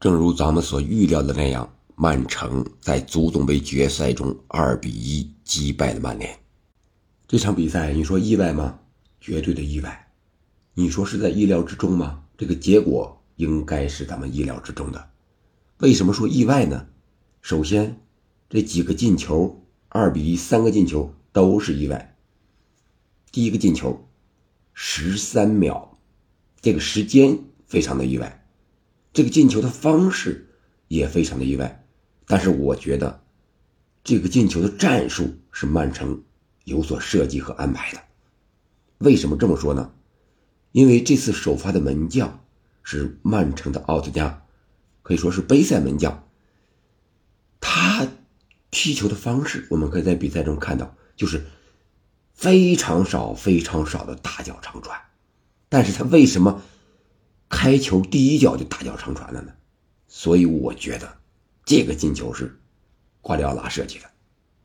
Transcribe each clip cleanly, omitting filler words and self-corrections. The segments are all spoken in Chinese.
正如咱们所预料的那样，曼城在足总杯决赛中2-1击败了曼联。这场比赛你说意外吗？绝对的意外。你说是在意料之中吗？这个结果应该是咱们意料之中的。为什么说意外呢？首先这几个进球2-1 3个进球都是意外。第一个进球13秒，这个时间非常的意外，这个进球的方式也非常的意外。但是我觉得这个进球的战术是曼城有所设计和安排的。为什么这么说呢？因为这次首发的门将是曼城的奥特加，可以说是杯赛门将。他踢球的方式我们可以在比赛中看到，就是非常少的大脚长传。但是他为什么开球第一脚就大脚长传了呢？所以我觉得这个进球是瓜迪奥拉设计的。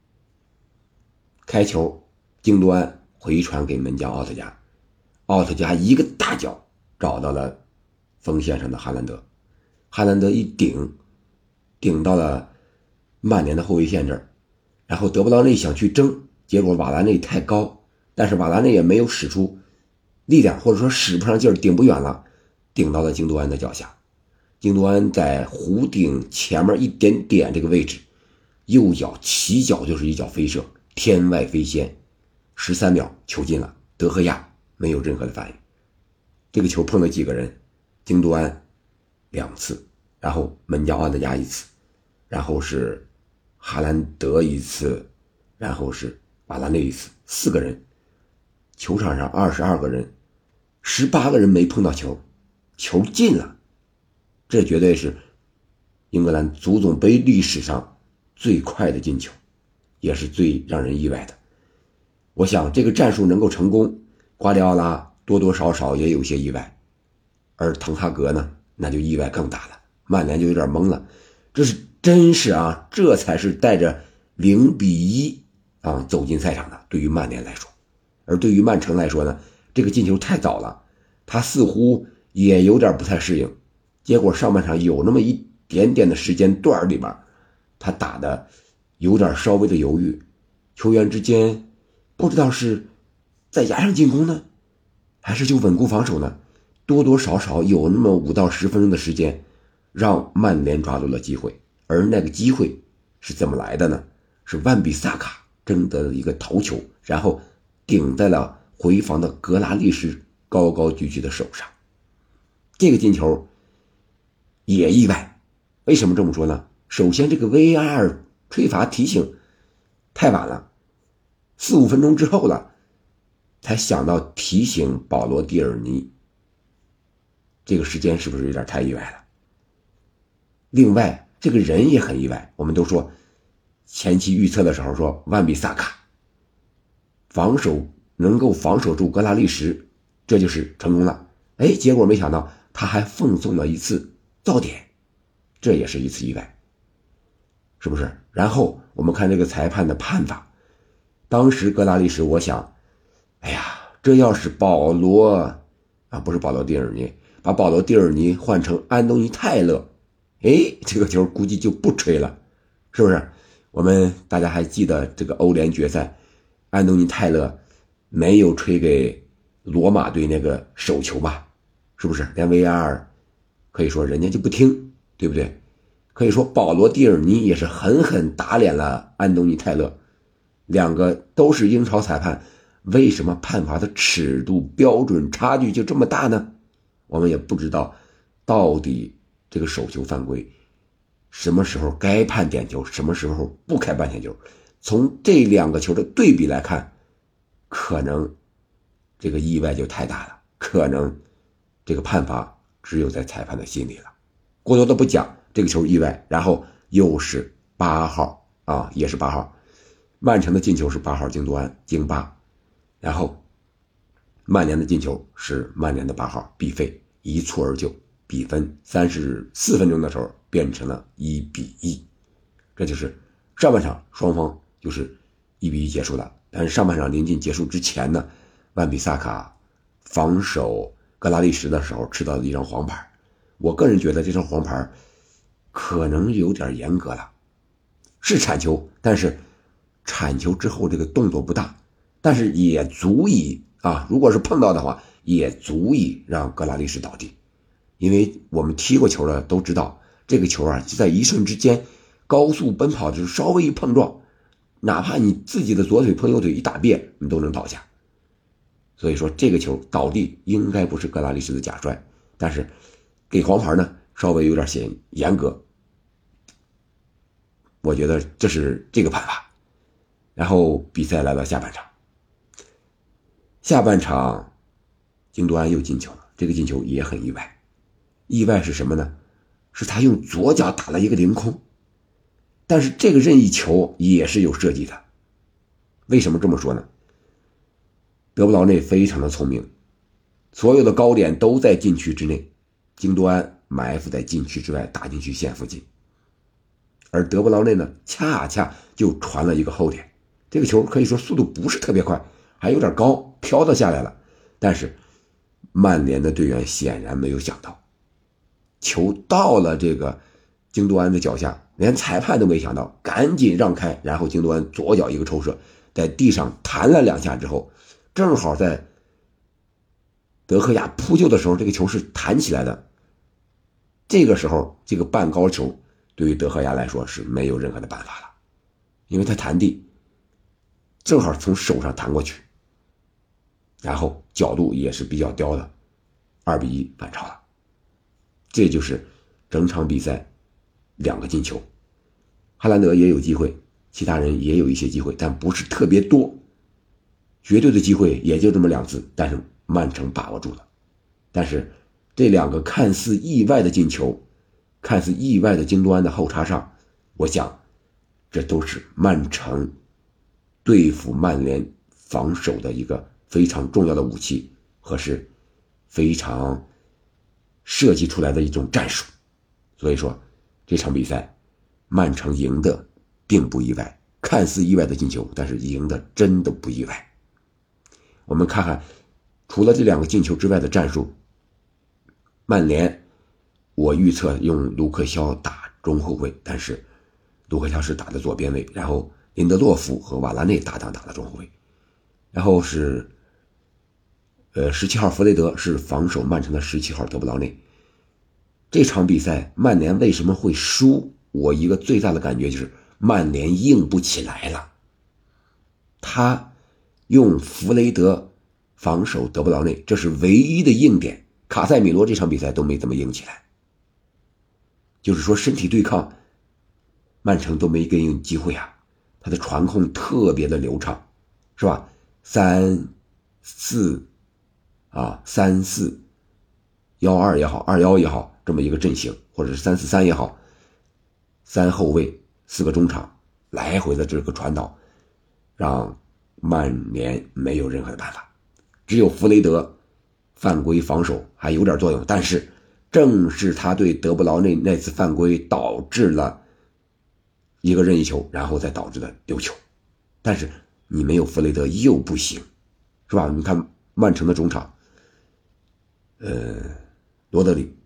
开球京多安回传给门将奥特加，奥特加一个大脚找到了锋线上的哈兰德，哈兰德一顶到了曼联的后卫线这儿，然后德布劳内想去争，结果瓦拉内太高，但是瓦拉内也没有使出力量，或者说使不上劲儿，顶不远了，顶到了京多安的脚下。京多安在弧顶前面一点点这个位置，右脚起脚就是一脚飞射，天外飞仙，13秒球进了，德赫亚没有任何的反应。这个球碰了几个人？京多安2次，然后门将奥特加1次，然后是哈兰德1次，然后是瓦拉内1次，4个人。球场上22个人，18个人没碰到球，球进了。这绝对是英格兰足总杯历史上最快的进球，也是最让人意外的。我想这个战术能够成功，瓜迪奥拉多多少少也有些意外，而滕哈格呢，那就意外更大了，曼联就有点懵了。真是啊，这才是带着0-1走进赛场的，对于曼联来说。而对于曼城来说呢，这个进球太早了，他似乎也有点不太适应。结果上半场有那么一点点的时间段里边，他打的有点稍微的犹豫，球员之间不知道是在压上进攻呢，还是就稳固防守呢，多多少少有那么5到10分钟的时间让曼联抓住了机会。而那个机会是怎么来的呢？是万比萨卡争得了一个头球，然后顶在了回防的格拉利什高高举起的手上。这个进球也意外。为什么这么说呢？首先这个 VAR 吹罚提醒太晚了，4-5分钟之后了才想到提醒保罗蒂尔尼，这个时间是不是有点太意外了？另外这个人也很意外，我们都说前期预测的时候说万比萨卡能够防守住格拉利什，这就是成功了。结果没想到他还奉送了一次造点，这也是一次意外，是不是？然后我们看这个裁判的判罚，当时格拉利什我想，这要是不是保罗蒂尔尼，把保罗蒂尔尼换成安东尼泰勒，这个球估计就不吹了，是不是？大家还记得这个欧联决赛，安东尼泰勒没有吹给罗马队那个手球吧？是不是？连 VAR 可以说人家就不听，对不对？可以说保罗蒂尔尼也是狠狠打脸了安东尼泰勒。两个都是英超裁判，为什么判罚的尺度标准差距就这么大呢？我们也不知道到底这个手球犯规什么时候该判点球，什么时候不该判点球。从这2个球的对比来看，可能这个意外就太大了，可能这个判罚只有在裁判的心里了。过多的不讲，这个球意外，然后又是8号也是8号，曼城的进球是8号京多安京巴，然后曼联的进球是曼联的8号毕费一蹴而就，比分34分钟的时候变成了1-1。这就是上半场双方就是1-1结束了。但是上半场临近结束之前呢，万比萨卡防守格拉利什的时候吃到了一张黄牌。我个人觉得这张黄牌可能有点严格了，是铲球，但是铲球之后这个动作不大，但是也足以如果是碰到的话，也足以让格拉利什倒地。因为我们踢过球的都知道，这个球就在一瞬之间高速奔跑的时候稍微一碰撞，哪怕你自己的左腿碰右腿一打别，你都能倒下。所以说这个球倒地应该不是格拉利什的假摔，但是给黄牌呢稍微有点显严格，我觉得这是这个判罚。然后比赛来到下半场，京多安又进球了，这个进球也很意外。意外是什么呢？是他用左脚打了一个凌空，但是这个任意球也是有设计的。为什么这么说呢？德布劳内非常的聪明，所有的高点都在禁区之内，京多安埋伏在禁区之外大禁区线附近，而德布劳内呢恰恰就传了一个后点，这个球可以说速度不是特别快，还有点高，飘到下来了，但是曼联的队员显然没有想到，球到了这个京多安的脚下，连裁判都没想到，赶紧让开，然后京多安左脚一个抽射，在地上弹了2下之后，正好在德赫亚扑救的时候，这个球是弹起来的。这个时候这个半高球对于德赫亚来说是没有任何的办法了，因为他弹地正好从手上弹过去，然后角度也是比较刁的，2-1反超了。这就是整场比赛2个进球，哈兰德也有机会，其他人也有一些机会，但不是特别多，绝对的机会也就这么2次，但是曼城把握住了。但是这2个看似意外的进球，看似意外的京多安的后插上，我想这都是曼城对付曼联防守的一个非常重要的武器，和是非常设计出来的一种战术。所以说这场比赛曼城赢的并不意外，看似意外的进球，但是赢的真的不意外。我们看看除了这2个进球之外的战术，曼联我预测用卢克肖打中后卫，但是卢克肖是打的左边卫，然后林德洛夫和瓦拉内搭档打的中后卫，然后是17号弗雷德是防守曼城的17号德布劳内。这场比赛曼联为什么会输？我一个最大的感觉就是曼联硬不起来了，他用弗雷德防守德布劳内，这是唯一的硬点，卡塞米罗这场比赛都没怎么硬起来，就是说身体对抗曼城都没给你机会啊，他的传控特别的流畅，是吧？3-4-1-2也好，2-1也好，这么一个阵型，或者是3-4-3也好，3后卫4个中场来回的这个传导，让曼联没有任何的办法。只有弗雷德犯规防守还有点作用，但是正是他对德布劳内那次犯规导致了一个任意球，然后再导致的丢球。但是你没有弗雷德又不行，是吧？你看曼城的中场罗德里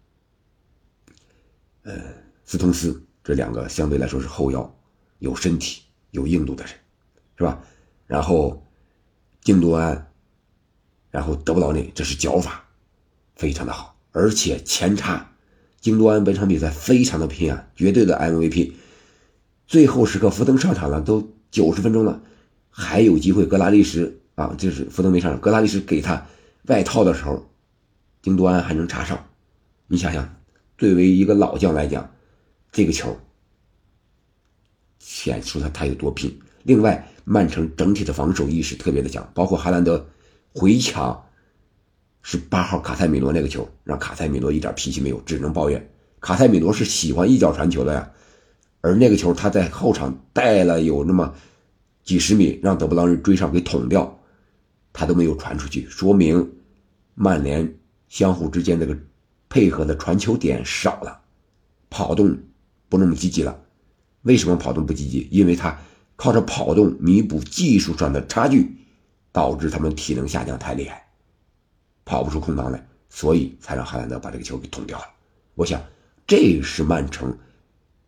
斯通斯，这2个相对来说是后腰，有身体有硬度的人，是吧？然后京多安，然后德布劳内，这是脚法非常的好，而且前插，京多安本场比赛非常的拼啊，绝对的 MVP。 最后时刻福登上场了，都90分钟了，还有机会，格拉利什就是福登没上场，格拉利什给他外套的时候，京多安还能插上。你想想，作为一个老将来讲，这个球显出他有多拼。另外曼城整体的防守意识特别的强，包括哈兰德回抢18号卡塞米罗那个球，让卡塞米罗一点脾气没有，只能抱怨。卡塞米罗是喜欢一脚传球的呀，而那个球他在后场带了有那么几十米，让德布劳内追上给捅掉，他都没有传出去，说明曼联相互之间这个配合的传球点少了，跑动不那么积极了。为什么跑动不积极？因为他靠着跑动弥补技术上的差距，导致他们体能下降太厉害，跑不出空档来，所以才让哈兰德把这个球给捅掉了。我想这是曼城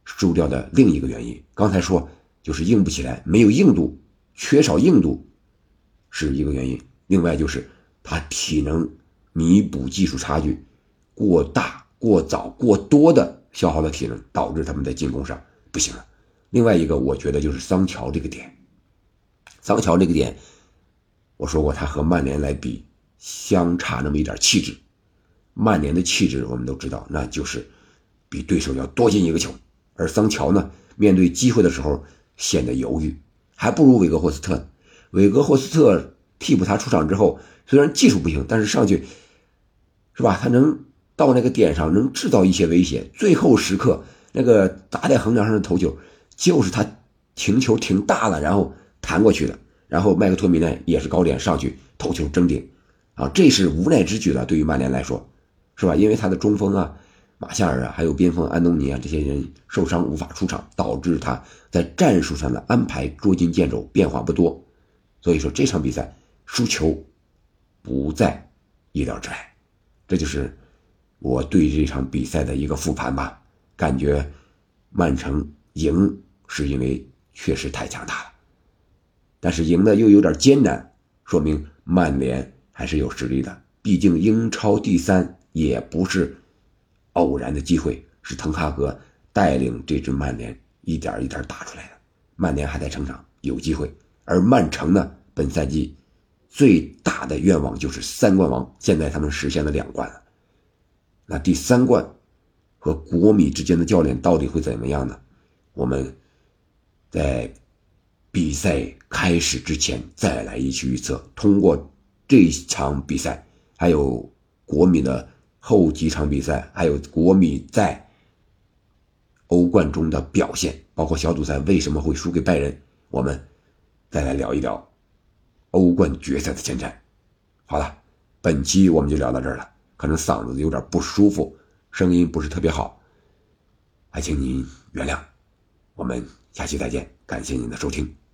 输掉的另一个原因。刚才说就是硬不起来，没有硬度，缺少硬度是一个原因，另外就是他体能弥补技术差距过大、过早、过多的消耗了体能，导致他们在进攻上不行了。另外一个我觉得就是桑乔这个点，桑乔这个点我说过他和曼联来比相差那么一点气质，曼联的气质我们都知道，那就是比对手要多进一个球，而桑乔呢面对机会的时候显得犹豫，还不如韦格霍斯特。韦格霍斯特替补他出场之后，虽然技术不行，但是上去是吧，他能到那个点上能制造一些威胁，最后时刻那个打在横梁上的头球就是他停球停大了然后弹过去的，然后麦克托米奈也是高点上去头球争顶啊，这是无奈之举了，对于曼联来说是吧，因为他的中锋啊马夏尔啊还有边锋安东尼啊这些人受伤无法出场，导致他在战术上的安排捉襟见肘，变化不多，所以说这场比赛输球不在意料之外。这就是我对这场比赛的一个复盘吧，感觉曼城赢是因为确实太强大了，但是赢的又有点艰难，说明曼联还是有实力的，毕竟英超第三也不是偶然的机会，是滕哈格带领这支曼联一点一点打出来的，曼联还在成长，有机会。而曼城呢，本赛季最大的愿望就是3冠王，现在他们实现了2冠了，那第3冠和国米之间的较量到底会怎么样呢？我们在比赛开始之前再来一起预测，通过这场比赛还有国米的后几场比赛，还有国米在欧冠中的表现，包括小组赛为什么会输给拜仁，我们再来聊一聊欧冠决赛的前瞻。好了，本期我们就聊到这儿了，可能嗓子有点不舒服，声音不是特别好，还请您原谅。我们下期再见，感谢您的收听。